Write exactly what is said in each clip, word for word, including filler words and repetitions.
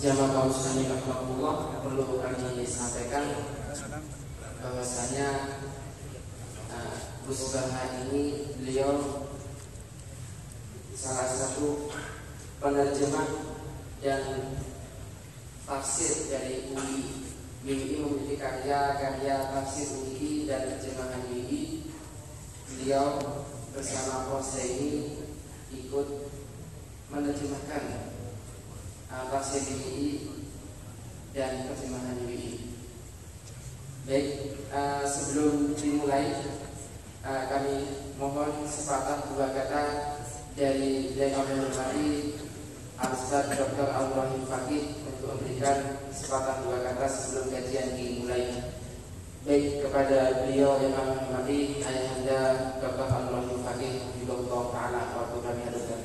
Jamaah kaum muslimin rahimakumullah, perlu kami sampaikan bahwasanya uh, Gus Baha ini beliau salah satu penerjemah dan tafsir dari U I. U I memiliki karya-karya tafsir U I dan terjemahan U I. Beliau bersama Prof. ini ikut menerjemahkan tafsir U I dan terjemahan U I. Baik, uh, sebelum dimulai uh, kami mohon sepatah dua kata dari yang kami hormati Al-Ustaz Doktor Al-Rahim Fakih untuk memberikan sepatah dua kata sebelum kajian dimulai. Baik, kepada beliau yang kami hormati Ayahanda Doktor Al-Rahim Fakih Hafizahullah Ta'ala, waktu kami hadirkan.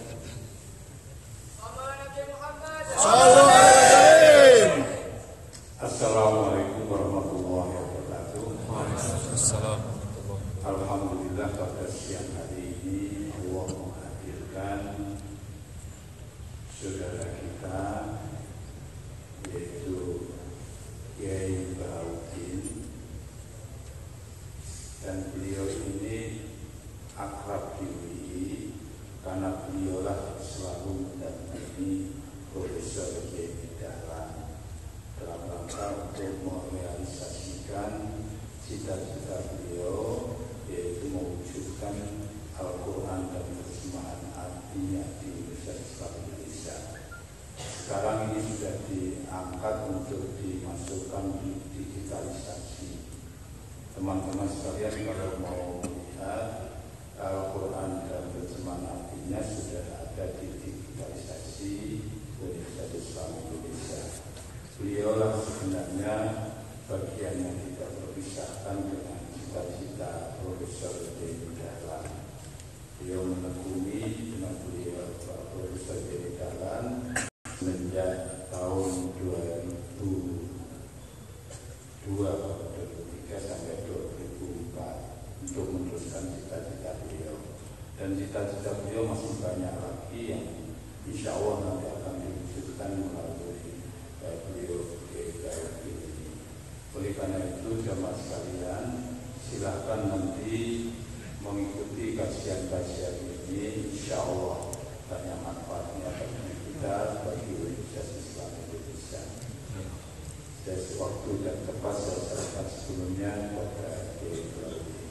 Assalamualaikum warahmatullahi wabarakatuh. Waalaikumsalam. Alhamdulillah pada siang hari ini Allah menghadirkan saudara kita yaitu Kiai Bahaudin, dan beliau ini akrab di U I karena beliaulah selalu mendampingi Profesor Kiai Dahlan dalam rangka untuk merealisasikan cita-cita beliau, yaitu mewujudkan Al-Quran dan terjemahan artinya di Universitas Islam Indonesia. Sekarang ini sudah diangkat untuk dimasukkan di digitalisasi. Teman-teman sekalian, kalau mau melihat Al-Quran dan terjemahan artinya sudah ada di digitalisasi Universitas Islam Indonesia. Beliaulah sebenarnya bagian yang tidak terpisahkan dengan cita-cita Profesor Kiai Dahlan. Beliau menekuni dengan beliau Profesor Kiai Dahlan sejak tahun dua ribu dua atau dua ribu tiga sampai dua ribu empat untuk meneruskan cita-cita beliau. Dan cita-cita beliau masih banyak lagi yang insya Allah nanti akan diwujudkan melalui beliau Kiai Bahaudin ini. Oleh karena itu jamaah sekalian, silakan nanti mengikuti kajian-kajian ini, insya Allah banyak manfaatnya bagi kita, bagi Universitas Islam Indonesia. Dari waktu dan tepat saya serahkan sebelumnya kepada Kiai Bahaudin.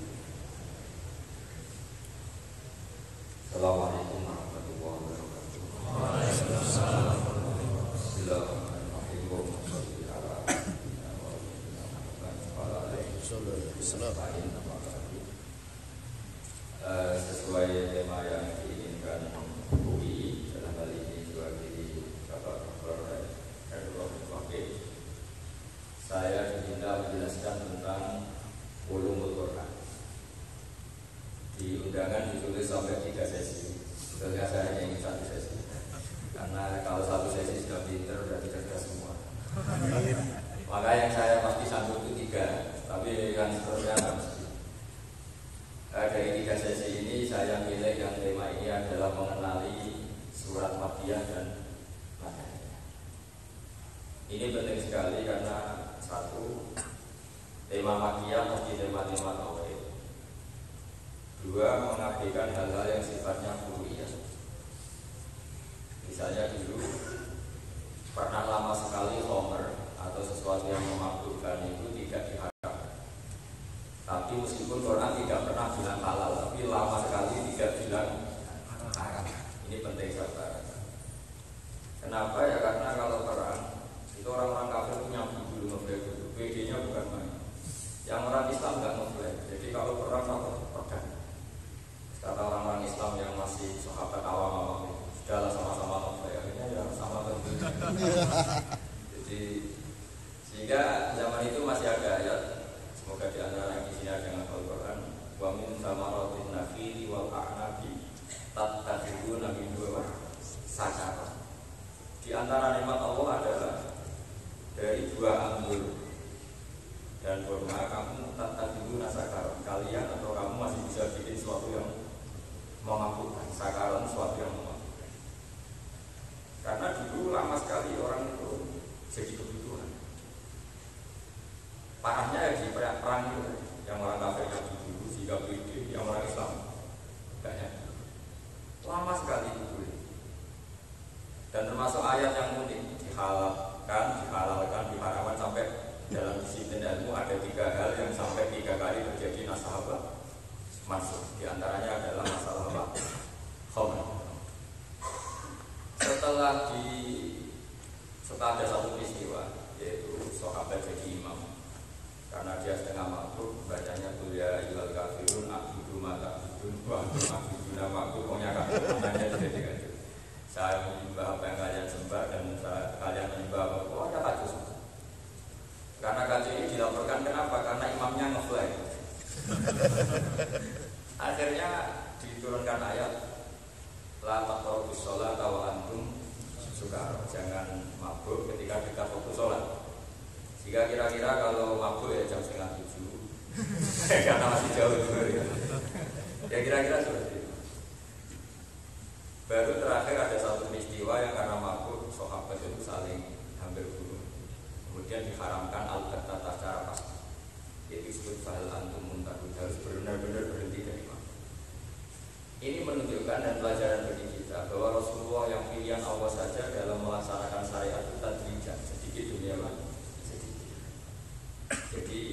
Assalamualaikum warahmatullahi wabarakatuh. Waalaikumsalam. Uh, sesuai tema yang diinginkan U I dalam hal ini diwakili Bapak Doktor Al-Rahim Fakih, saya diminta menjelaskan tentang ulumul Quran. Di undangan ditulis sampai tiga sesi. Sebetulnya saya hanya ingin satu sesi, karena kalau satu sesi sudah pinter berarti cerdas semua. Maka yang saya pasti sanggup itu tiga, tapi yang seterusnya nggak mesti. Nah, dari tiga sesi ini saya pilih yang tema ini adalah mengenali surat Makkiyah dan Madaniyah. Ini penting sekali karena satu, tema Makkiyah pasti tema-tema tauhid. Dua, mengabaikan hal-hal yang sifatnya kuliah. Misalnya dulu pernah lama sekali homer atau sesuatu yang memabukkan itu tidak diharapkan. Tapi meskipun Quran tidak pernah bilang halal, tapi lama sekali tidak bilang haram. Ini penting saudara. Kenapa ya? Karena kalau perang itu orang-orang kafir punya dulu ngeblek dulu. B D-nya bukan main. Yang orang Islam nggak ngeblek. Jadi kalau perang takut pedang. Kata orang-orang Islam yang masih sahabat awam-awam itu sudahlah sama-sama ngeblek. Akhirnya ya sama tentunya. Jadi sehingga zaman itu masih ada ayat. Semoga di antara yang di sini ada yang Al-Quran. Wa min samaratin nakhili wal a'nabi tattakhiduna min dua sakara. Di antara nikmat Allah adalah dari dua anggur dan kurma kamu tattakhiduna sakara. Kalian atau kamu masih bisa bikin sesuatu yang memabukkan. Sakara sesuatu yang memabukkan. Karena dulu lama sekali orang itu parahnya ya di perang itu, yang orang kafirnya dulu, jika beda, yang orang Islam banyak. Lama sekali itu boleh. Dan termasuk ayat yang unik, dihalalkan, dihalalkan, diharamkan sampai dalam disiplin ilmu ada tiga hal yang sampai tiga kali terjadi nasabah masuk. Di antaranya adalah masalah apa? Khamr. Setelah di setelah ada satu peristiwa, yaitu sahabat jadi imam karena dia setengah mabuk, bacanya kuliah ilal kafirun abudu mata abudun wa antum abuduna mabuk, pokoknya kafirun hanya dijadikan itu. Saya menyembah apa yang kalian sembah dan saya, kalian menyembah apa, oh ada kacau. Karena kacau ini dilaporkan kenapa? Karena imamnya nge-flag. Akhirnya diturunkan ayat la taqrabus sholata wa antum sukara, jangan mabuk ketika kita fokus sholat. Jika kira-kira kalau mabuk ya jam setengah tujuh karena masih jauh dulu ya. Ya kira-kira seperti itu. Baru terakhir ada satu peristiwa yang karena mabuk sahabat itu saling hampir bunuh. Kemudian diharamkan al-battah secara pasti. Yaitu disebut fahal antum muntahun, harus benar-benar berhenti dari mabuk. Ini menunjukkan dan pelajaran bagi kita bahwa Rasulullah yang pilihan Allah saja dalam melaksanakan syariat itu tadrijan, sedikit demi Allah, sedikit. Jadi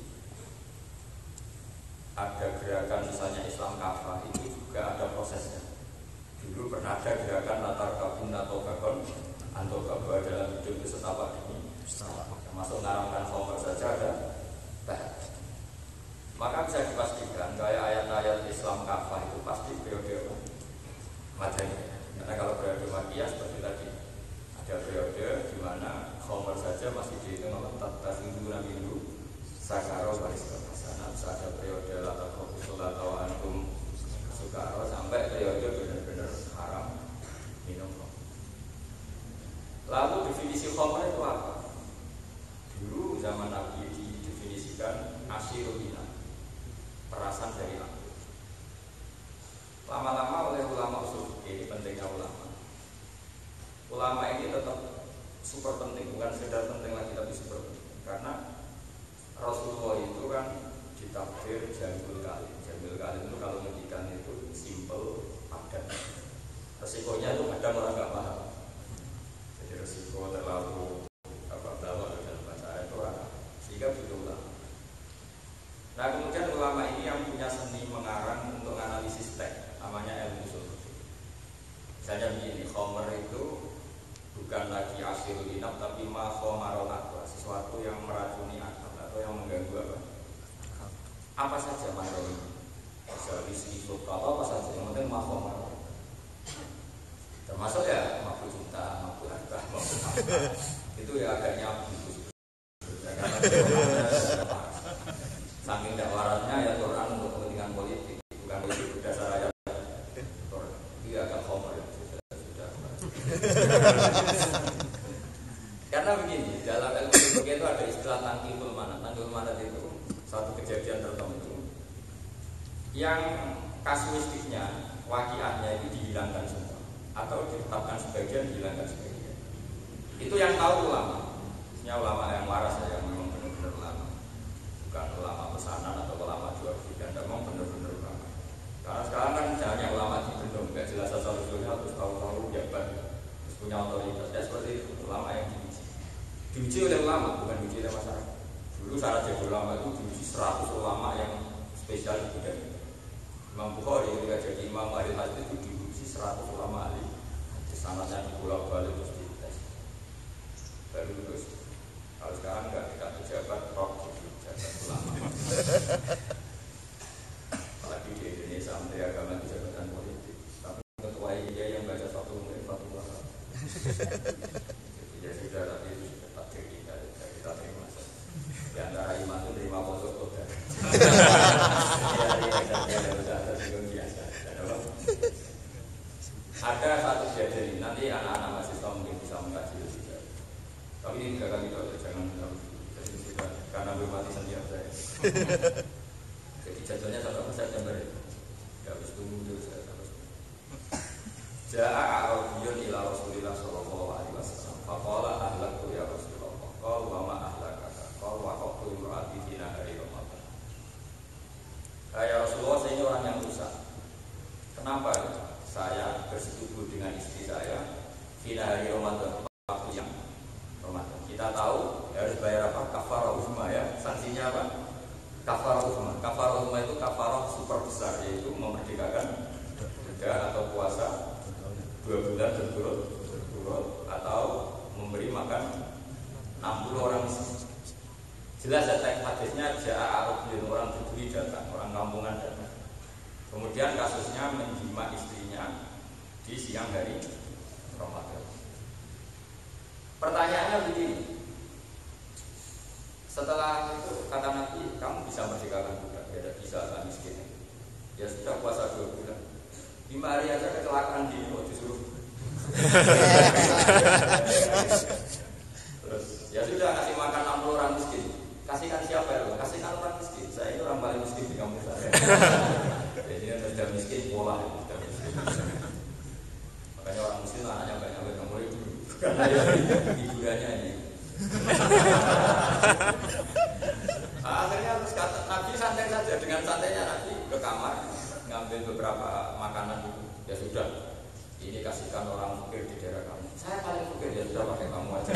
ada gerakan misalnya Islam kafah itu juga ada prosesnya. Dulu pernah ada gerakan latar kabun atau kabon atau kabah dalam hidup itu setapak ini, termasuk ngaramkan khamr saja ada bahaya. Maka bisa dipastikan kayak ayat-ayat Islam kafah itu pasti periode Madani. Karena kalau periode Makiyah seperti tadi ada periode di mana khamr saja masih dihitung menetap tahidu nabilu sakaro baris kebasana. Ada periode latar kofusul atau antum sukaro sampai periode benar-benar haram minum khamr. Lalu definisi khamr itu apa? Dulu zaman Nabi didefinisikan asyirulina, perasan dari aku. Lama-lama oleh ulama usul fikih, ini pentingnya ulama. Ulama ini tetap super penting, bukan sekedar penting lagi tapi super penting. Karena Rasulullah itu kan ditakdir jamil kali. Jamil kali itu kalau ngendikan itu simple, padat. Resikonya itu kadang orang nggak paham. Jadi resiko terlalu apa bawah dalam bahasa itu orang, sehingga butuh ulama. Nah kemudian ulama ini yang punya seni mengarang untuk analisis teks, namanya ilmu usul fikih. Misalnya begini, khamr itu bukan lagi asyirul inab tapi ma khamarul akal, sesuatu yang meracuni akal atau yang mengganggu apa? Apa saja makro ini? Bisa disebut kalau apa saja, yang penting ma khamar. Termasuk ya mabuk cinta, mabuk harta, mabuk apa. Itu ya agaknya begitu. Saking tidak waratnya ya Quran untuk kepentingan politik, bukan politik berdasar ayat. Itu agak khamr ya, sudah sudah. Karena begini, dalam ilmu fikih itu ada istilah tangkihul manat. Tangkihul manat itu satu kejadian tertentu yang kasuistiknya, waqiahnya itu dihilangkan semua atau ditetapkan sebagian, dihilangkan sebagian. Itu yang tahu ulama. Maksudnya ulama yang waras ya, yang memang benar-benar ulama. Bukan ulama pesanan atau ulama jual beli, dan memang benar-benar ulama. Karena sekarang kan misalnya ulama di bendung, nggak jelas asal usulnya, terus tahu-tahu jabat, terus punya otoritas. Ya seperti itu, ulama yang diuji. Diuji oleh ulama, bukan diuji oleh masyarakat. Dulu syarat jadi ulama itu diuji seratus ulama yang spesial di bidang itu. Imam Bukhari ketika jadi imam ahli hadis itu diuji seratus ulama ahli. Sanadnya di pulau Bali terus dites. Baru lulus. Kalau sekarang nggak, kita pejabat rock gitu. Ulama. Apalagi di Indonesia Menteri Agama di jabatan politik, tapi ketua I Y yang baca satu menit fatwa. Jadi ya sudah, tapi itu sudah takdir kita, kita terima. Di antara iman itu terima pojok kota. Ada satu kejadian, nanti anak-anak mahasiswa mungkin bisa mengkaji juga. Tapi ini juga kami tahu, jangan tahu. Karena belum mati sendiri saya. Jadi jatuhnya satu September itu. Ya harus tunggu dulu saya terus. Ja'a Arabiyun ila Rasulillah sallallahu alaihi wasallam. Faqala ahlaku ya Rasulullah. Qala wa ma ahlakaka. Qala wa qaqtu imra'at kafarah uzma ya. Sanksinya apa? Kafarah uzma. Kafarah uzma itu kafarah super besar, yaitu memerdekakan budak atau puasa dua bulan berturut-turut atau memberi makan enam puluh orang miskin. Jelas ya teks hadisnya ja'a arabiyun, orang Bedui datang, orang kampungan datang. Kemudian kasusnya menjima istrinya di siang hari Ramadan. Pertanyaannya begini, setelah itu kata Nabi, kamu bisa merdekakan budak, ya tidak bisa kan miskin. Ya sudah puasa dua bulan, lima hari aja kecelakaan di kok disuruh. Terus ya sudah kasih makan enam puluh orang miskin. Kasihkan siapa ya? Kasihkan orang miskin. Saya ini orang paling miskin di kampung saya. Jadi kan sudah miskin pola, sudah miskin. Makanya orang muslim anaknya banyak banyak mulai dulu. Karena hiburannya ini. Nah, akhirnya terus kata Nabi santai saja, dengan santainya Nabi ke kamar ngambil beberapa makanan itu. Ya sudah, ini kasihkan orang fakir di daerah kamu. Saya paling fakir, ya sudah pakai kamu aja.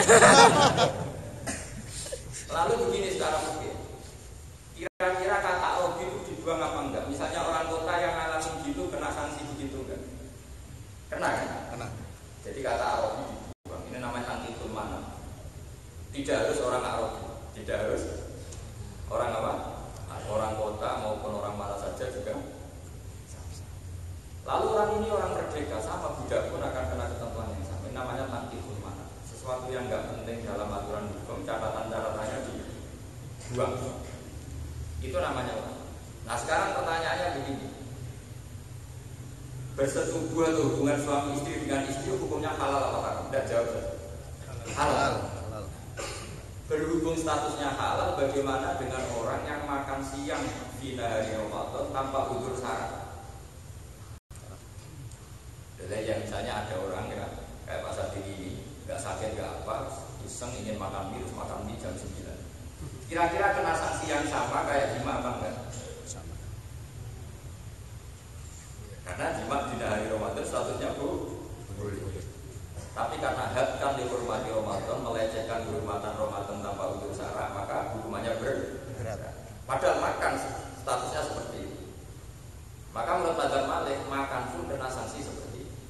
Lalu begini secara mungkin, kira-kira kata Robi itu dibuang apa enggak? Misalnya orang kota yang ngalamin gitu kena sanksi begitu enggak? Kena kan? Kena. Jadi kata Robi dibuang. Ini namanya antitul mana? Tidak harus orang Arabi, tidak harus orang apa? Orang kota maupun orang mana saja juga. Lalu orang ini orang merdeka, sama budak pun akan kena ketentuan yang sama. Ini namanya antitul mana? Sesuatu yang nggak penting dalam aturan hukum, catatan-catatannya dibuang. Itu namanya orang. Nah sekarang pertanyaannya begini, bersetubuh atau hubungan suami istri dengan istri hukumnya halal apa haram? Tidak jawab. Halal. halal. Berhubung statusnya halal, bagaimana dengan orang yang makan siang di hari Ramadan tanpa udzur syarat? Jadi yang misalnya ada orang ya, kayak Pak Sadili ini, nggak sakit nggak apa, iseng ingin makan mie, terus makan mie jam sembilan. Kira-kira kena sanksi yang sama kayak jima apa enggak? Sama. Karena jima di hari Ramadan statusnya bu, boleh. Tapi karena hak kan dihormati Ramadan, melecehkan kehormatan Ramadan tanpa udzur syara, maka hukumannya berat. Padahal makan statusnya seperti itu. Maka menurut Mazhab Malik, makan pun kena sanksi seperti itu.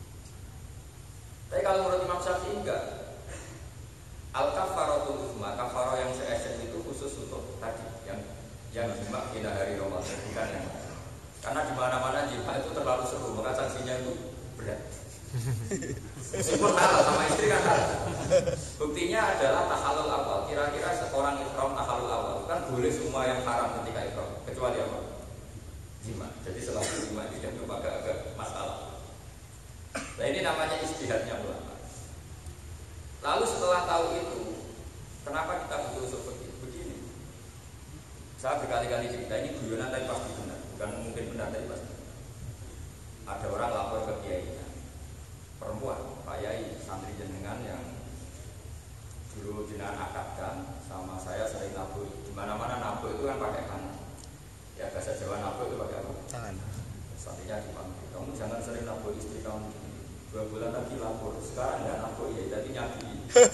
Tapi kalau menurut Imam Syafi'i enggak. Al-kafaratul uzma, kafarah yang se-esen itu khusus untuk tadi yang yang jima pada hari Ramadan, bukan yang karena di mana-mana jima itu terlalu seru, maka sanksinya itu berat. Meskipun halal sama istri kan halal. Buktinya adalah tahalul awal. Kira-kira seorang ihram tahalul awal kan boleh semua yang haram ketika ihram, kecuali apa? Jima. Jadi selalu jima tidak itu agak-agak masalah. Nah ini namanya ijtihadnya ulama. Lalu setelah tahu itu, kenapa kita butuh seperti begini? Saya berkali-kali cerita ini guyonan tapi pasti benar, bukan mungkin benar tapi pasti. Ada orang lapor ke kiainya, perempuan, Pak Yai, santri jenengan yang dulu jenengan akadkan sama saya sering nabuh. Di mana-mana nabuh itu kan pakai kanan. Ya bahasa Jawa nabuh itu pakai apa? Tangan. Santrinya dipanggil, kamu jangan sering nabuh istri kamu. Dua bulan lagi lapor, sekarang nggak nabuh ya, jadi nyakui.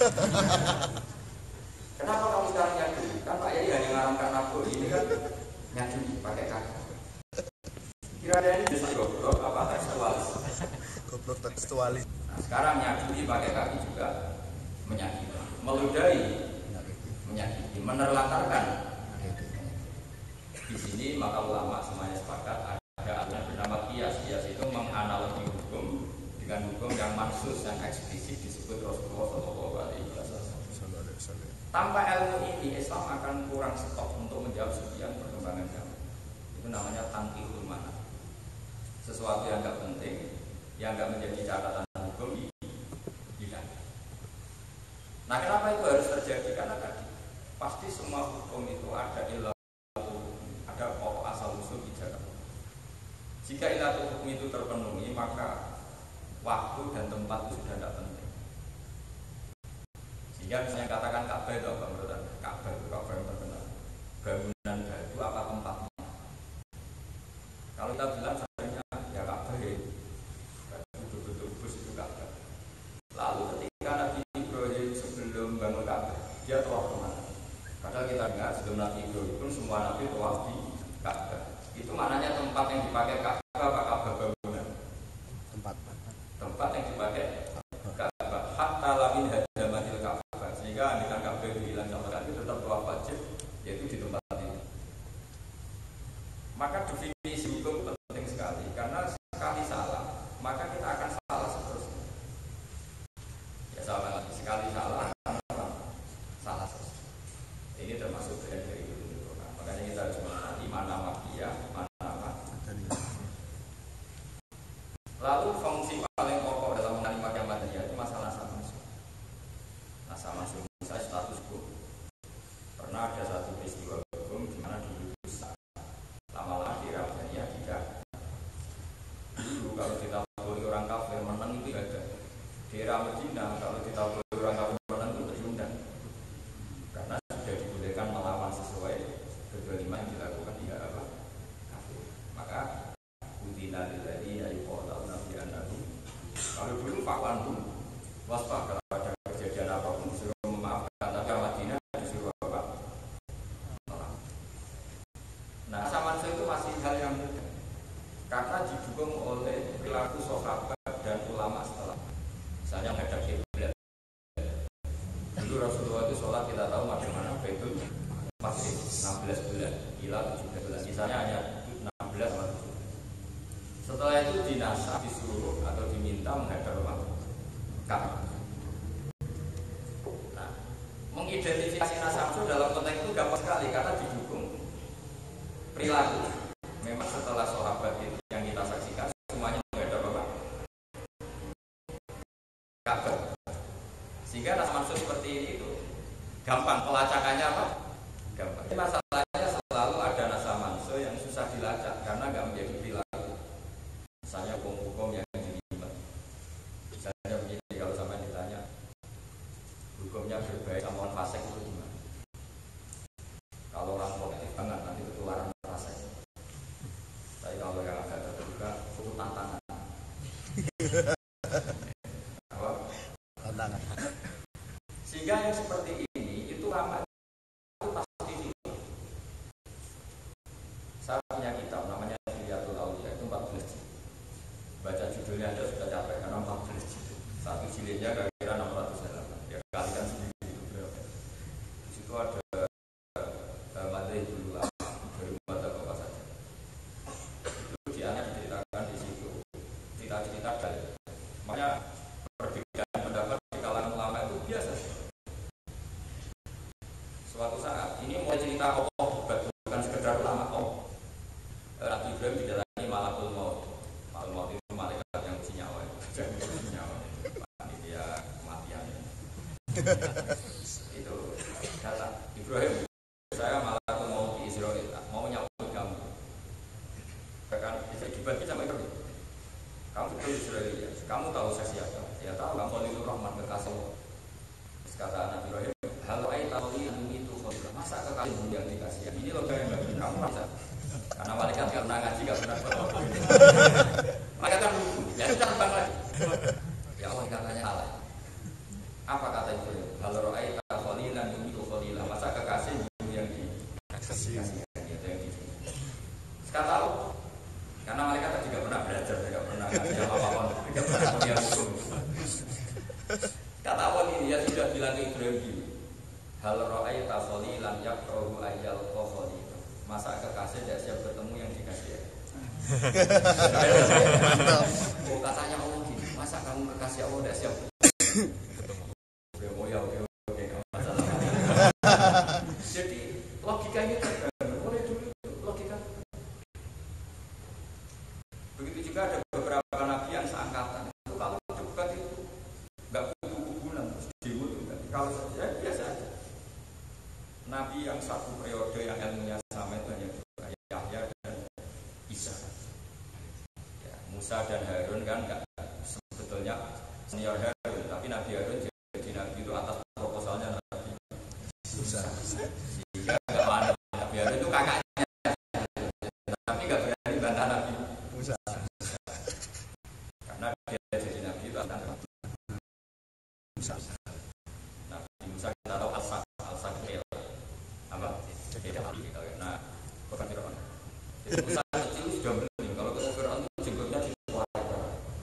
Kenapa kamu sekarang nyakui? Kan Pak Yai hanya ngaramkan nabuh, ini kan nyakui pakai kaki. Kira-kira ini bisa goblok apa tekstualis? Goblok tekstualis. Nah, sekarang nyakui pakai kaki juga menyakiti, meludahi, menyakiti, menerlantarkan. Di sini maka ulama semuanya sepakat ada aturan bernama qiyas. Qiyas itu menganalogi hukum dengan hukum yang mansus, yang eksplisit disebut Rasulullah shallallahu alaihi wasallam. Tanpa ilmu ini Islam akan kurang stok untuk menjawab sekian perkembangan zaman. Itu namanya tangkihul mana. Sesuatu yang enggak penting, yang enggak menjadi catatan hukum hilang. Nah, kenapa itu harus terjadi? Karena tadi pasti semua hukum itu ada ilah, ada pokok asal usul ijazah. Jika ilah hukum itu terpenuhi, maka waktu dan tempat itu sudah tidak penting. Sehingga misalnya katakan Ka'bah itu apa menurut Anda? Ka'bah itu Ka'bah yang terkenal. Bangunan batu apa tempatnya? Kalau kita bilang sebenarnya ya Ka'bah ya, betul-betul bus itu Ka'bah. Lalu ketika Nabi Ibrahim sebelum bangun Ka'bah, dia telah kemana? Padahal kita dengar sebelum Nabi Ibrahim semua Nabi tawaf di Ka'bah. Itu maknanya tempat yang dipakai Ka'bah apa Ka'bah bangunan? Tempat. Tempat yang dipakai Ka'bah. Hatta lamin hadamatil Ka'bah. Sehingga andaikan Ka'bah hilang sama sekali tetap tawaf wajib, yaitu di tempat ini. Maka definisi hukum penting sekali karena sekali salah maka kita akan salah seterusnya. Ya salah lagi sekali salah salah terus. Ini termasuk bagian dari itu. Makanya kita harus mengenali mana makiyah, mana apa. Lalu fungsi paling pokok dalam mengenali makiyah madaniyah itu masalah nasa masuk. Nasa masuk misalnya status hukum. Pernah ada satu peristiwa hukum di mana dulu besar lama-lama di Ramadhaniyah tidak. Dulu kalau kita boleh orang kafir menang itu ada. Di era Medina kalau kita boleh orang kafir menang itu berundang. Karena sudah dibolehkan melawan sesuai kedoliman yang dilakukan tidak apa kafir. Maka udina lillahi ayyuqalu nabiyan nabi. Kalau dulu fakwan dulu waspada kalau ada kejadian apapun disuruh memaafkan, tapi Madinah disuruh apa? Nah, samanso itu masih hal yang mudah karena didukung oleh perilaku sahabat dan ulama setelah. Misalnya menghadap kiblat. Dulu Rasulullah itu sholat kita tahu bagaimana Baitul Maqdis enam belas bulan, gila tujuh belas bulan. Sisanya hanya enam belas atau tujuh belas. Setelah itu dinasah, disuruh atau diminta menghadap Ka'bah. Nah, mengidentifikasi nasab itu dalam konteks itu gampang sekali karena didukung perilaku. Memang setelah sahabat itu yang kita saksikan semuanya menghadap apa? Ka'bah. Sehingga nasab maksud seperti ini itu gampang pelacakannya apa? Gampang. Jadi masalahnya selalu ada nasab maksud yang susah dilacak karena nggak menjadi perilaku. Misalnya hukum-hukum yang dilibat. Misalnya begini, kalau sampai ditanya hukumnya berbaik sama orang fasik itu gimana? Kalau orang positif banget nanti ketularan fasik. Tapi kalau yang agak terbuka itu tantangan. Apa? Tantangan. Sehingga yang seperti ini itu lama itu pasti itu. Saya punya kitab namanya Hilyatul Auliya itu empat belas jilid. Baca judulnya aja sudah capek karena empat belas jilid. Satu jilidnya kira-kira enam ratus halaman. Ya kalikan sendiri itu berapa? Di situ ada materi dulu lah dari umat apa saja. Itu dianya diceritakan di situ. Cerita-cerita dari makanya perbedaan pendapat di kalangan ulama itu biasa. Suatu saat ini mulai cerita Allah bukan sekedar ulama Allah. Nabi Ibrahim didatangi malakul maut. Malakul maut itu malaikat yang uji nyawa itu. Jangan uji nyawa. Panitia kematian. Itu datang Ibrahim. Saya malakul maut di Israel. Mau nyambut kamu. Bahkan bisa dibagi sama Ibrahim. Kamu betul Israel ya. Kamu tahu saya siapa? Ya tahu. Kamu Khalilur Rahman kekasih Allah. Kata Nabi Ibrahim, halo ayat awliya itu Khalilur. Masa kekasih yang dikasih? Ini loh yang bagi kamu masa. Karena malaikat nggak pernah ngaji, nggak pernah berdoa. Malaikat kan lugu, ya itu terbang lagi. Ya Allah katanya salah. Apa kata itu? Halo ro'aita khalilan itu khalilah. Masa kekasih yang dikasih? Itu yang di. Sekarang tahu, karena malaikat tadi nggak pernah belajar, nggak pernah ngaji apa-apa, nggak pernah kuliah hukum. Kata awal ini ya sudah bilang ke Ibrahim. Halo ro'aita khalilan yakrohu ayal khalilah. Masa kekasih tidak siap bertemu yang dikasih ya? Oh katanya Allah gini, masa kamu kekasih Allah tidak siap bertemu? Oh ya oke oke nggak masalah. Jadi logikanya terbangun mulai dulu logika. Begitu juga ada beberapa nabi yang seangkatan itu kalau debat itu nggak kubu-kubunan terus demo itu nggak. Kalau saya biasa aja. Nabi yang satu periode yang ilmunya sama itu hanya dua, Yahya dan Isa. Ya, Musa dan Harun kan enggak sebetulnya senior Harun, tapi Nabi Harun jadi Nabi itu atas proposalnya Nabi Musa. Sehingga enggak wani. Nabi Harun itu kakaknya, tapi enggak berani bantah Nabi Musa. Karena dia jadi Nabi itu atas Nabi Musa. Nabi Musa kita tahu asal asal Jadi Musa kecil sudah bening. Kalau ketemu Fir'aun itu jenggotnya ditarik.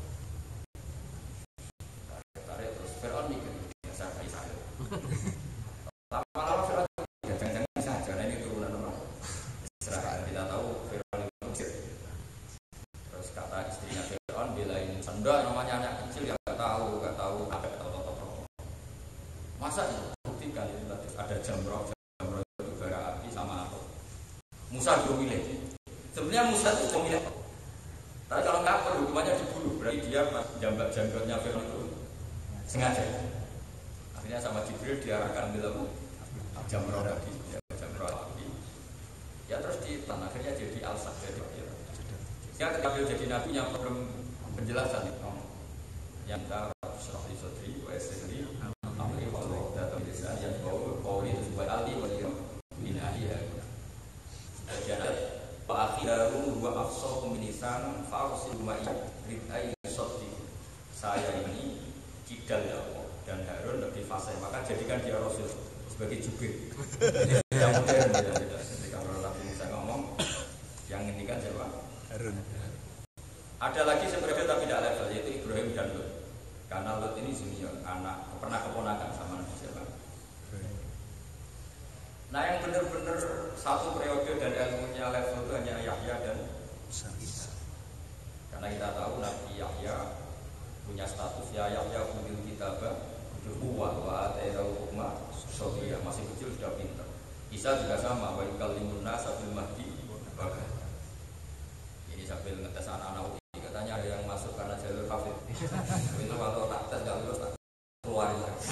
Tarik terus Fir'aun mikir biasa kayak saya. Lama-lama Fir'aun jangan-jangan saja karena ini turunan orang Israel. Kita tahu Fir'aun itu Mesir. Terus kata istrinya Fir'aun belain senda namanya anak kecil yang nggak tahu, nggak tahu ada atau masa itu buktikan itu tadi ada jamroh, jamroh itu bara api sama aku. Musa belum milih. Sebenarnya Musa itu belum milih. Tapi kalau nggak perlu hukumannya dibunuh. Berarti dia jambak janggotnya Fir'aun itu sengaja. Akhirnya sama Jibril diarahkan bilang jamroh tadi, ya, jamroh api. Ya terus di tanah akhirnya jadi al-sak jadi. Ya ketika beliau jadi nabi yang belum penjelasan itu. Yang kita surah Al-Sodri, wa Esri, Amri, Wallah, Data Bilisah, yang bau, Qauli, itu sebuah Ali, Waliyah, Binahi, ya. Bagian Pak Akhidarum, wa Afsal, Pemilisan, Fa'usil, Ma'i, Ridai, Sodri. Saya ini kidal ya Allah, dan Harun lebih fasih, maka jadikan dia Rasul sebagai jubir. Yang modern, ya, tidak. Ketika Nabi Musa ngomong, yang ini kan siapa? Harun. Ada lagi sebenarnya tapi tidak level, yaitu Ibrahim dan Lut. Karena Lut ini junior, anak pernah keponakan sama Nabi siapa? Nah yang benar-benar satu periode dan ilmunya level itu hanya Yahya dan Isa. Karena kita tahu Nabi Yahya punya status ya Yahya punya kitabah huwa wa atainahu hukma sabiyah, masih kecil sudah pintar. Isa juga sama, wa yukallimun nasa fil mahdi bahkan. Ini sambil ngetes anak-anak katanya ada yang masuk karena jalur hafid. Itu kalau tak tes nggak lulus tak keluarin lagi.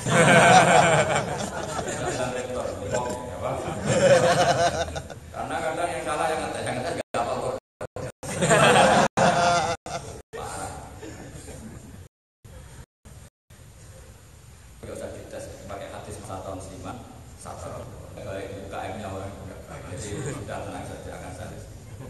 Dan rektor, ya Pak. Karena kadang yang salah yang ngetes, yang ngetes nggak apa-apa. Parah. Nggak usah dites pakai hadis satu musliman satu. Baik U K M-nya orang nggak baik. Jadi sudah tenang saja, akan sadis.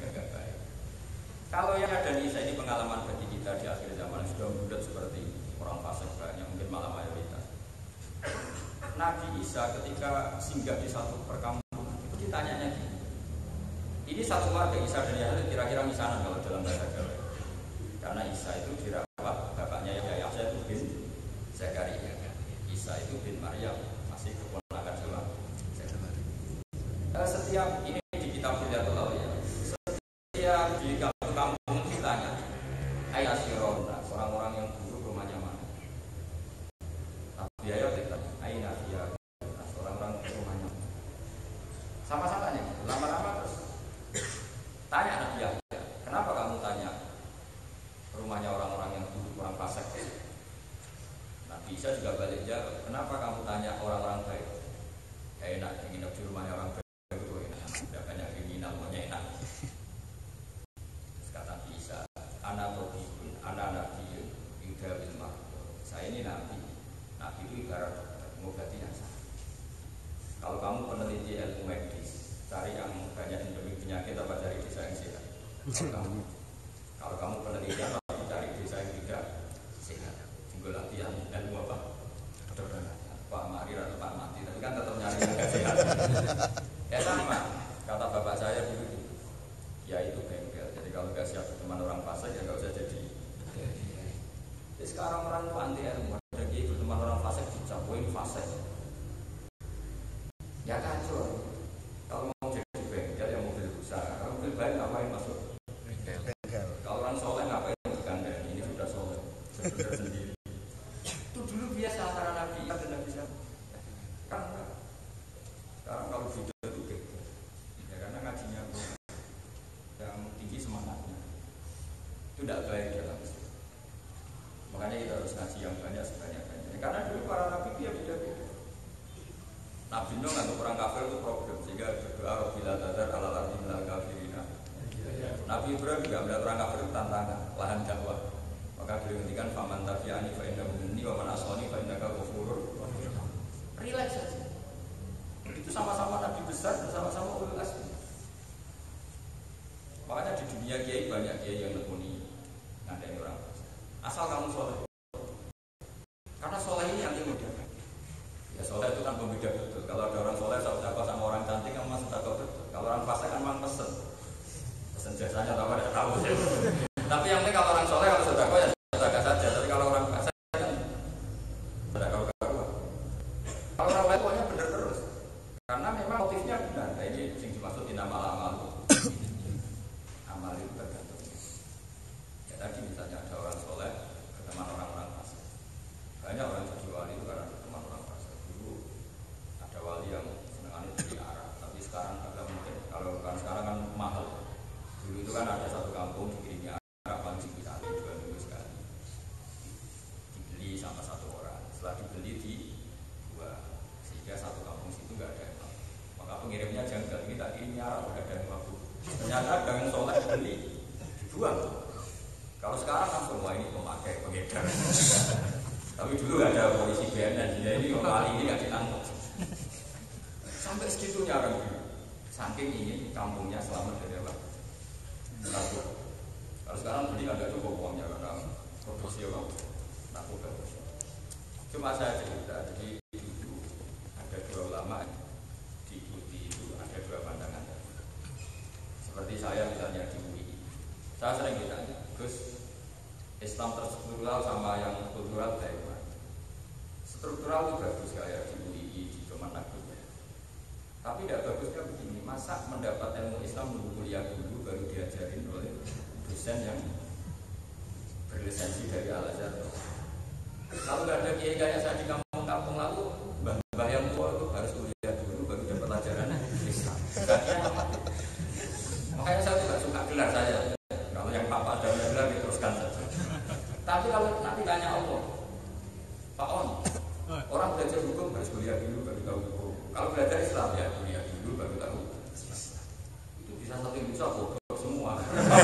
Kalau yang ada di Isa ini pengalaman bagi kita di akhir zaman sudah mudah seperti orang fasik banyak, mungkin malah mayoritas. Nabi Isa ketika singgah di satu perkampungan itu ditanyanya gini. Ini satu warga Isa dan Yahya kira-kira misanan kalau dalam bahasa Jawa. Karena Isa itu dirawat bapaknya Yahya itu bin Zakaria. Isa itu bin Maryam, masih keponakan sama Zakaria. Setiap ini di kitab Hidayatul Auliya. Setiap di kampung ditanya, ayat sirona, orang-orang yang buruk rumahnya mana? Nabi Yahya ditanya, ayat dia, orang-orang rumahnya mana? Sama-sama nih, lama-lama terus tanya Nabi Yahya, kenapa kamu tanya rumahnya orang-orang yang buruk, orang fasik? Nabi Isa juga balik jawab, kenapa kamu tanya orang-orang baik? Ya enak, nginep di rumahnya orang baik itu enak, tidak banyak keinginan, maunya enak. Anak Tobikun, anak Nabi Yuda Wilmar. Saya ini Nabi. Nabi itu ibarat mengobati yang sakit. Kalau kamu peneliti ilmu medis, cari yang banyak endemik penyakit apa cari desa yang sehat? Kalau kamu, kalau kamu penelitian, pasti cari desa yang tidak sehat. Tinggal latihan ilmu apa? Pak Mari atau Pak Mati, tapi kan tetap nyari yang tidak sehat. Ya sama, kata bapak saya dulu. Ya itu bengkel. Jadi kalau nggak siap teman orang fasik ya nggak usah jadi. Jadi sekarang orang itu anti ilmu. Ada gitu teman orang fasik dicapuin fasik. Ya kacau. Kalau mau jadi bengkel ya mobil besar. Kalau mobil baik ngapain masuk bengkel? Kalau orang soleh ngapain digandeng? Ini sudah soleh. Sudah sendiri. Itu dulu biasa antara Nabi dan Nabi siapa? Kan sekarang kalau video itu bengkel. Ya karena ngajinya yang tinggi semangatnya itu tidak baik dalam Islam. Makanya kita harus ngaji yang banyak sebanyak-banyaknya. Karena dulu para nabi dia beda-beda. Nabi Nuh nggak orang kafir itu problem sehingga berdoa Rabbil tadar ala ardi minal kafirina. Nabi Ibrahim juga melihat orang kafir itu tantangan lahan dakwah. Maka beliau ngendikan faman tabi'ani fa innahu minni wa man asani fa innaka ghafurur. Relax saja. Itu sama-sama nabi besar, bersama-sama ulul azmi. Makanya di dunia kiai banyak kiai yang nekuni ngadain orang asal kamu soleh. Karena soleh ini anti modern. Ya soleh itu kan pembeda betul. Kalau ada orang soleh sedekah sama orang cantik, kamu masih sedekah betul. Kalau orang fasik kan memang pesen, pesen tahu. Tapi yang penting kalau orang soleh kalau sedekah ya sedekah saja. Tapi kalau orang fasik kan sedekah kalau kalau orang lain pokoknya benar terus. Karena memang motifnya benar. Nah, ini yang dimaksud di nama amal. Amal itu tergantung. Ya tadi misalnya ada orang soleh berteman orang-orang fasik. Banyak orang jadi wali itu karena berteman orang fasik. Dulu ada wali yang senangannya jadi Arab, tapi sekarang agak mungkin. Kalau kan sekarang kan mahal. Dulu itu kan ada satu kampung dikirimi Arab paling sedikit dua minggu sekali. Dibeli sama satu orang. Setelah dibeli di dua, sehingga satu kampung situ nggak ada yang mau. Maka pengirimnya janggal, ini tak kirimi Arab udah ada yang mau. Ternyata ada yang soleh beli, dibuang. Kalau sekarang kan semua ini pemakai pengedar. Tapi dulu nggak ada polisi B N N, jadi ini kali ini nggak ditangkap. Sampai segitunya orang dulu. Saking ingin kampungnya selamat dari apa? Narkoba. Kalau sekarang beli agak cukup uangnya karena produksi orang narkoba. Cuma saya cerita, jadi dulu ada dua ulama diikuti itu ada dua pandangan. Seperti saya misalnya di U I, saya sering ditanya, Gus, Islam terstruktural sama yang kultural kayak gimana? Struktural itu bagus kayak di U I, di Kementerian. Tapi tidak bagusnya begini, masa mendapat ilmu Islam dulu kuliah dulu baru diajarin oleh dosen yang berlisensi dari Al-Azhar. Kalau nggak ada kiai kayak saya di kampung-kampung lalu, mbah-mbah yang tua itu harus kuliah dulu baru dapat pelajaran Islam. Makanya saya tidak suka gelar saya. Kalau yang papa ada gelar diteruskan saja. Tapi kalau nanti tanya Allah, Pak On, orang belajar hukum harus kuliah dulu baru tahu hukum. Kalau belajar Islam ya kuliah dulu baru tahu. Itu bisa satu bisa bodoh semua.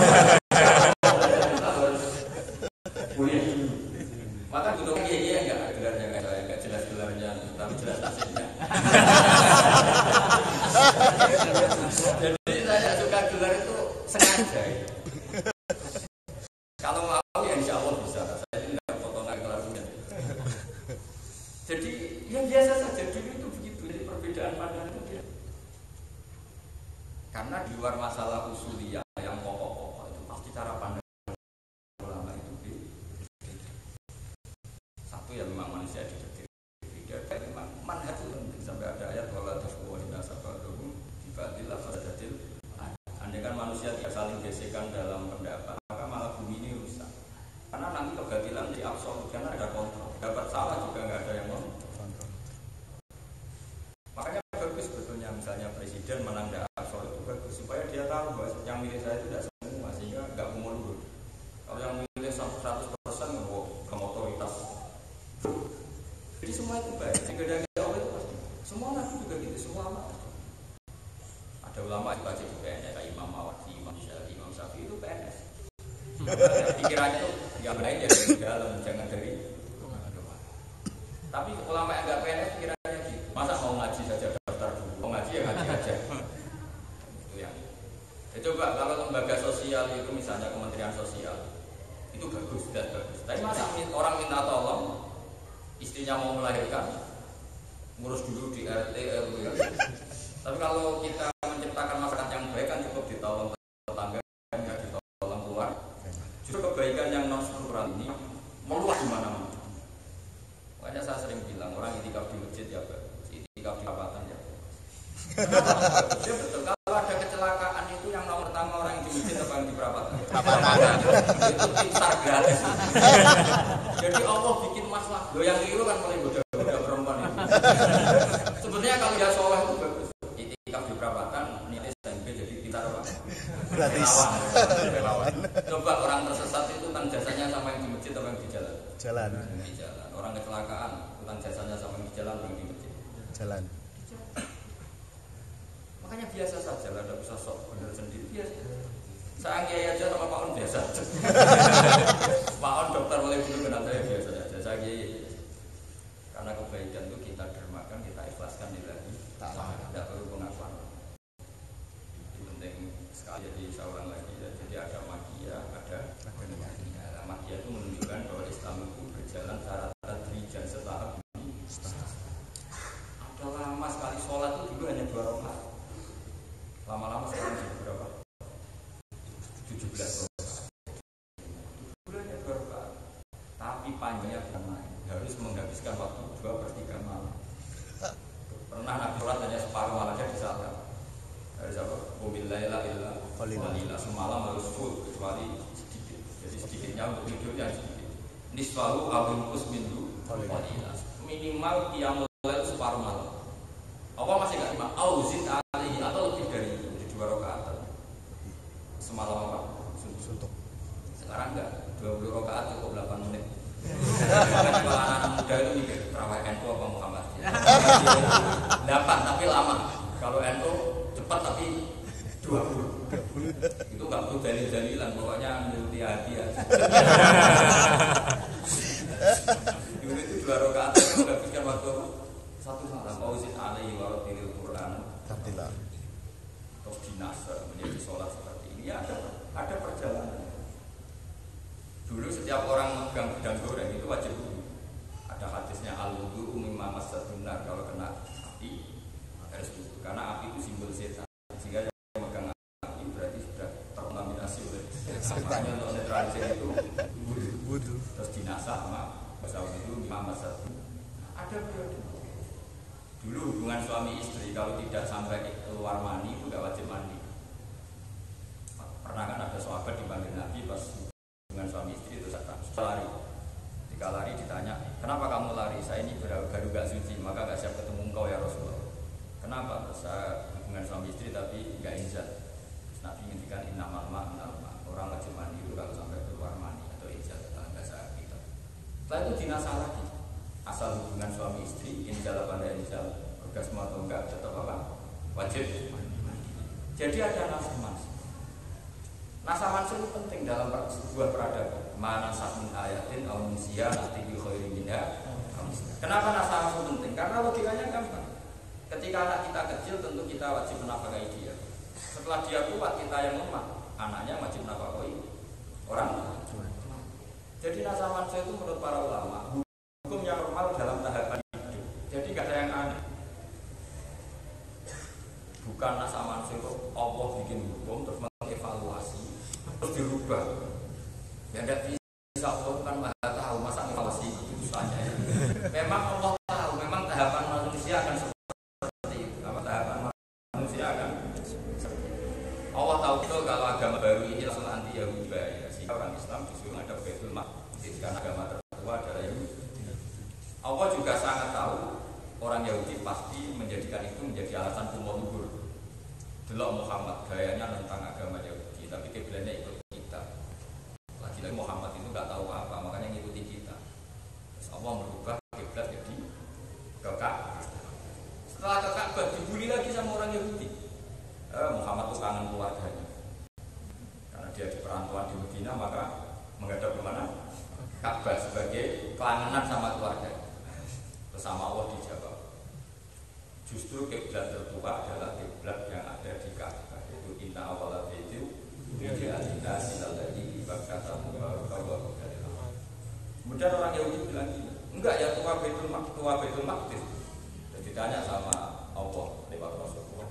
Kita harus kuliah dulu. Maka butuh kiai yang nggak gelarnya kayak saya, nggak jelas gelarnya, tapi jelas nasibnya. Jadi saya suka gelar itu sengaja. Kalau mau ya insya Allah bisa. Saya tidak potongan kelasnya. Jadi yang biasa saja dulu itu begitu. Jadi perbedaan pandangan itu dia. Karena di luar masalah usuliyah yang pokok-pokok itu pasti cara pandang ulama itu beda. Satu ya memang manusia didetik. Beda memang manhaj itu penting sampai ada ayat wala tafwa inna sabarum dibatilah fasatil. Andai kan manusia tidak saling gesekan dalam pendapat, maka malah bumi ini rusak. Karena nanti kebatilan di absolut, karena ada kontrol. Dapat salah juga nggak ada yang kontrol. Makanya bagus sebetulnya misalnya presiden menang di absolut itu bagus supaya dia tahu bahwa yang milih saya itu tidak semua sehingga nggak umur. Kalau yang milih seratus persen nggak otoritas. Jadi semua itu baik. Jika ada Allah itu pasti. Semua nabi juga gitu, semua ulama. Ada ulama yang baca juga ya, kayak Imam Mawardi, Imam Syafi'i, Imam Syafi'i itu P N S. Pikirannya itu yang lain ya dari dalam, jangan dari luar. Tapi ulama yang nggak P N S pikirannya gitu. Masa mau ngaji saja daftar dulu, mau ngaji ya ngaji aja. Itu yang. Ya, coba kalau lembaga sosial itu misalnya Kementerian Sosial itu bagus, sudah bagus. Tapi masa orang minta tolong, istrinya mau melahirkan, ngurus dulu di R T R W. Tapi kalau kita menciptakan masyarakat yang baik kan cukup ditolong tetangga, nggak ditolong keluar. Justru kebaikan yang non struktural ini meluas di mana-mana. Makanya saya sering bilang orang itikaf di masjid ya bagus, itikaf di perapatan ya bagus. Ya betul. Kalau ada kecelakaan itu yang nomor pertama orang yang di masjid apa yang di perapatan? Perapatan. Itu pintar gratis. Jadi Allah bikin masalah. Lo yang keliru kan paling bodoh-bodoh perempuan itu. Sebenarnya kalau dia soleh itu bagus. Itikaf di perapatan, niat S M P jadi pintar apa? Gratis. Relawan. Coba orang tersesat itu utang jasanya sama yang di masjid atau yang di jalan? Jalan. Di jalan. Orang kecelakaan utang jasanya sama yang di jalan atau yang di masjid? Jalan. Makanya biasa saja lah, tidak usah sok benar sendiri biasa. Saya kiai aja sama Pak On biasa. Pak On dokter boleh dulu kenal saya biasa saja. Saya kiai. Karena kebaikan itu kita dermakan, kita ikhlaskan lillahi ta'ala. Tidak perlu pengakuan. Itu penting sekali. Jadi seorang lagi ya. Jadi ada magia, ada magia. Magia itu menunjukkan bahwa Islam itu berjalan secara tadrijan setahap demi setahap. Ada lama sekali sholat itu dulu hanya dua rakaat. Lama-lama sekarang jadi berapa? tujuh belas panjangnya karena harus menghabiskan waktu dua per tiga malam. Pernah Nabi sholat hanya separuh malamnya disalahkan. Harus apa? Wabillahilah illa qalila. Semalam harus full kecuali sedikit. Jadi sedikitnya untuk tidurnya sedikit. Nisfahu awil usmindu qalila. Minimal qiyamul lail separuh malam. Apa masih enggak lima? Auzid alaihi atau lebih dari itu, jadi dua rakaat. Semalam apa? Suntuk. Sekarang enggak, dua puluh rakaat cukup delapan menit. Kalau anak muda itu mikir terawih N U apa Muhammad? delapan tapi lama. Kalau N U cepat tapi dua puluh. Itu enggak perlu dalil-dalilan, pokoknya nuruti hati ya. Dulu itu dua rakaat menghabiskan waktu satu malam. Auzid alaihi wa rattilil Qur'an Tartila. Terus dinasa menjadi sholat seperti ini ada ada perjalanan. Dulu setiap orang megang gedang goreng itu wajib wudu. Ada hadisnya al-wudu mimma massatun nar, kalau kena api harus wudu karena api itu simbol setan. Sehingga yang megang api berarti sudah terkontaminasi oleh makanya untuk netralisir itu wudu. Terus dinasah sama bahasa wudu mimma massatun. Ada periode. Dulu hubungan suami istri kalau tidak sampai keluar mani itu nggak wajib mandi. Pernah kan ada sahabat dipanggil Nabi pas hubungan suami istri itu saat lari. Ketika lari ditanya, kenapa kamu lari? Saya ini baru gak suci, maka gak siap ketemu engkau ya Rasulullah. Kenapa? Saya hubungan suami istri tapi gak inzal. Nabi ngintikan innamal ma'nal ma'. Orang wajib mandi itu kalau sampai keluar mani atau inzal dalam bahasa kita. Setelah itu dinasah lagi. Asal hubungan suami istri, inzal apa enggak inzal, orgasme atau enggak, tetap apa? Wajib mandi. Jadi ada nasah mansuh. Nasah mansuh itu penting dalam sebuah peradaban. Mana sahmin ayatin au nusiya nanti bi khairin minha. Kenapa nasah mansuh penting? Karena logikanya gampang. Ketika anak kita kecil tentu kita wajib menafkahi dia. Setelah dia kuat kita yang lemah, anaknya wajib menafkahi orang tua. Jadi nasah mansuh itu menurut para ulama hukum yang normal dalam tahapan hidup. Jadi gak ada yang aneh. Bukan nasah mansuh itu Allah bikin hukum terus mengevaluasi terus dirubah. Ya tidak bisa, Allah kan maha tahu, masa evaluasi itu saja ya. Memang Allah tahu, memang tahapan manusia akan seperti itu. Apa tahapan manusia akan seperti itu. Allah tahu betul kalau agama baru ini langsung anti Yahudi ya. Sehingga orang Islam disuruh ada Baitul Maqdis karena agama tertua adalah Yahudi. Allah juga sangat tahu orang Yahudi pasti menjadikan itu menjadi alasan umur luhur. Delok Muhammad gayanya tentang agama Yahudi, tapi kiblatnya ikut kita. Lagi-lagi Muhammad itu nggak tahu apa, makanya ngikuti kita. Terus Allah merubah kiblat jadi ke Ka'bah. Setelah ke Ka'bah dibully lagi sama orang Yahudi. Eh, Muhammad itu kangen keluarganya. Karena dia di perantauan di Medina, maka menghadap ke mana? Ka'bah sebagai kelangenan sama keluarganya. Bersama Allah dijawab. Justru kiblat tertua adalah kiblat yang ada di Ka'bah, yaitu inna awwala baitin wudi'a lin-nasi lalladzi Bakkata mubarakan wa hudan lil alamin. Kemudian orang Yahudi bilang gini, enggak ya tua Baitul Maqdis, tua Baitul Maqdis. Dan ditanya sama Allah lewat Rasulullah.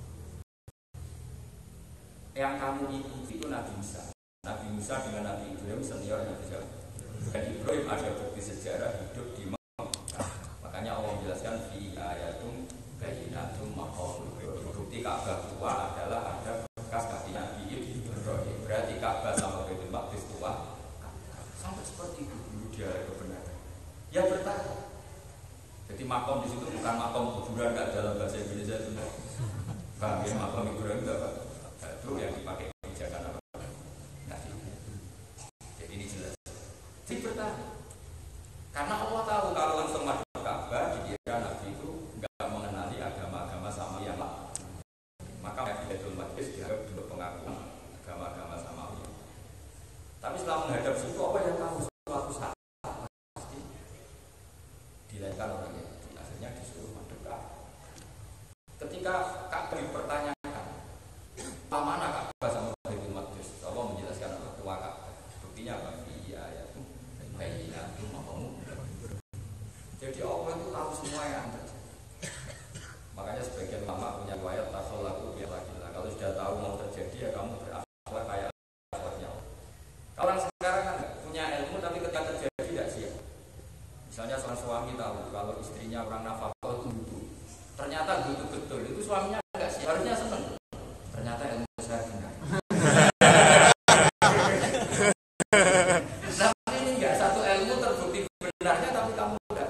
Yang kamu ikuti itu Nabi Musa. Nabi Musa dengan Nabi Ibrahim senior Nabi Musa. Dan Ibrahim ada bukti sejarah hidup di Mekah. Makanya Allah menjelaskan fi ayatum bayyinatum maqam. Bukti Ka'bah tua adalah ada bekas kaki Nabi Ibrahim. Berarti Ka'bah sama Baitul Maqdis tua. Sampai seperti itu dulu dia ada kebenaran. Ya bertahan. Jadi makom di situ bukan makom kuburan enggak dalam bahasa Indonesia itu. Paham ya, makom Ibrahim enggak Pak? Itu yang dipakai kebijakan apa? Nabi. Jadi ini jelas. Jadi bertahan. Karena Allah tahu kalau langsung masuk Ka'bah dikira Nabi itu enggak mengenali agama-agama sama yang lain. Maka Nabi Baitul Maqdis dianggap bentuk pengakuan agama-agama samawi. Tapi setelah menghadap situ apa yang tahu suatu saat pasti dilakukan orang Yahudi. Akhirnya disuruh mendekat. Ketika Ka'bah dipertanyakan, apa mana Ka'bah sama Baitul Maqdis? Allah menjelaskan apa tua Ka'bah. Buktinya apa? Iya ya itu bayyinatu maqamu. Jadi Allah itu tahu semua yang terjadi. Makanya sebagian ulama punya riwayat takhallaku bi akhlaqillah. Kalau sudah tahu mau terjadi ya kamu berakhlak kayak akhlaknya. Kalau orang sekarang kan punya ilmu tapi suami tahu kalau istrinya orang nafkah itu ternyata gitu betul, itu suaminya enggak sih, harusnya seneng. Ternyata ilmu saya benar. Tapi ini enggak satu ilmu terbukti benarnya, tapi kamu enggak.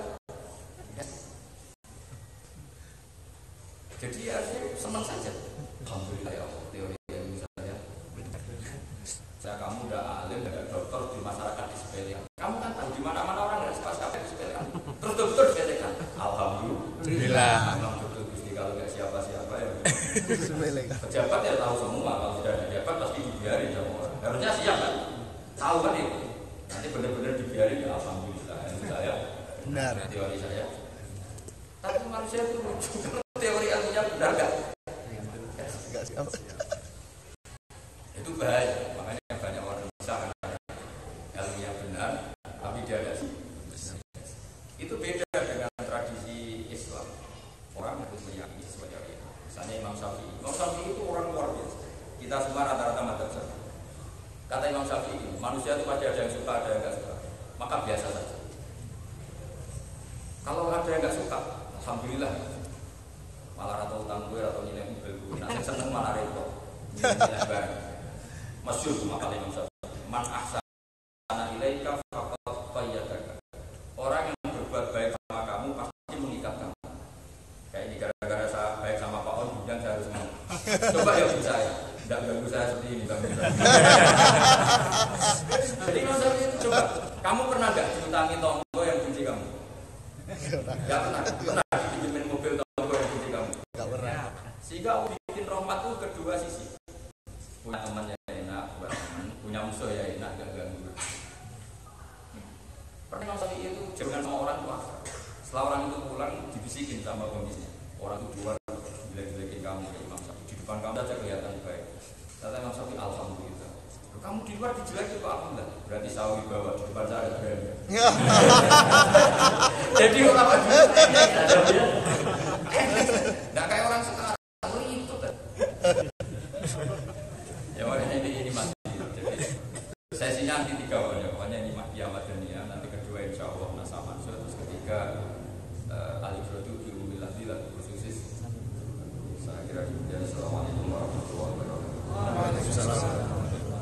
Jadi harusnya senang saja. Alhamdulillah ya Allah, teori ilmu saya benar. Saya kamu udah alim, udah dokter di masyarakat disepelekan. Kamu kan tahu di mana-mana orang nggak suka siapa disepelekan. Terus dokter disepelekan. Alhamdulillah. Memang dokter Gusti kalau nggak siapa-siapa ya. Pejabat ya tahu semua, kalau sudah ada pejabat pasti dibiarin sama orang. Harusnya siap kan? Tahu kan itu. Nanti benar-benar dibiarin ya alhamdulillah. Itu saya. Benar. Teori saya. Tapi manusia itu lucu. Teori ilmunya benar nggak? Enggak siap. Itu bahaya. Makanya banyak orang bisa kan ilmunya benar, tapi dia nggak sih. Itu beda dengan tradisi Islam. Orang harus meyakini sesuatu yang misalnya Imam Syafi'i. Imam Syafi'i itu orang luar biasa. Kita semua rata-rata madzhab Syafi'i. Kata Imam Syafi'i, manusia itu pasti ada yang suka, ada yang nggak suka. Maka biasa saja. Kalau ada yang nggak suka, alhamdulillah. Malah atau utang gue atau nilai mobil gue, nanti seneng malah repot. Nilai barang. Masyhur cuma kali Imam Syafi'i. Man ahsana ilaika faqad qayyadaka. Orang yang berbuat baik sama kamu pasti mengikat kamu. Kayak ini gara-gara saya baik sama Pak On, kemudian saya harus mau. Coba ya bu saya, tidak ganggu saya seperti ini bang. Jadi Imam Syafi'i itu coba, kamu pernah nggak diutangi tonggo yang benci kamu? Nggak pernah. Pernah dipinjemin mobil tonggo yang benci kamu? Enggak pernah. Sehingga bikin rahmat itu kedua sisi. Punya teman ya enak, buat teman. Punya musuh ya enak, gak ganggu. Pernah Imam Syafi'i itu jangan sama orang tua. Setelah orang itu pulang dibisikin sama kondisinya. Orang itu keluar jelek-jelekin kamu ke Imam Syafi'i. Di depan kamu saja kelihatan baik. Kata Imam Syafi'i alhamdulillah. Kamu di luar dijelekin kok alhamdulillah. Berarti sawi bawa di depan saya ada berani. Jadi orang apa? Nggak kayak orang sekarang. Itu kan. Ya makanya ini ini masih. Jadi sesinya nanti tiga pokoknya. Pokoknya ini Mahdi Ahmad Dania. Nanti kedua insya Allah Nasa Mansur. Terus ketiga uh, Alif Rodu Ilmubillah Dilah Khususis. Saya kira demikian. Assalamualaikum warahmatullahi wabarakatuh. Waalaikumsalam.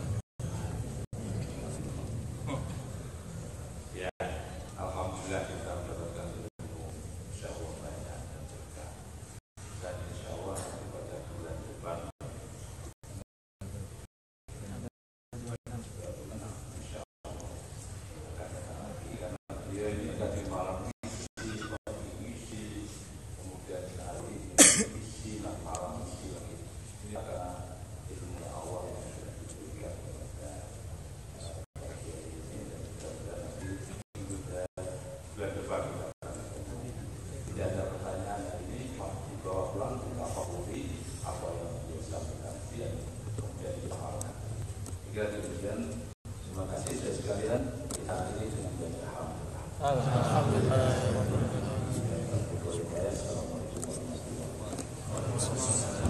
Ya, alhamdulillah kita mendapatkan ilmu insya Allah banyak dan juga dan insya Allah nanti pada bulan depan insya Allah akan datang lagi karena dia ini tadi malam isi, pagi isi, kemudian hari isi, dan malam isi lagi. Ini karena ilmu awal yang sudah diberikan kepada bagi ini dan juga nanti bulan depan kita tidak ada pertanyaan hari ini dibawa pulang kita favori apa yang dia sampaikan dan kemudian dipahami. Hingga demikian, terima kasih saya sekalian, kita akhiri dengan baca alhamdulillah. Alhamdulillah. Assalamualaikum warahmatullahi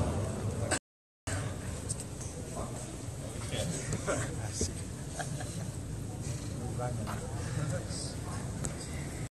wabarakatuh.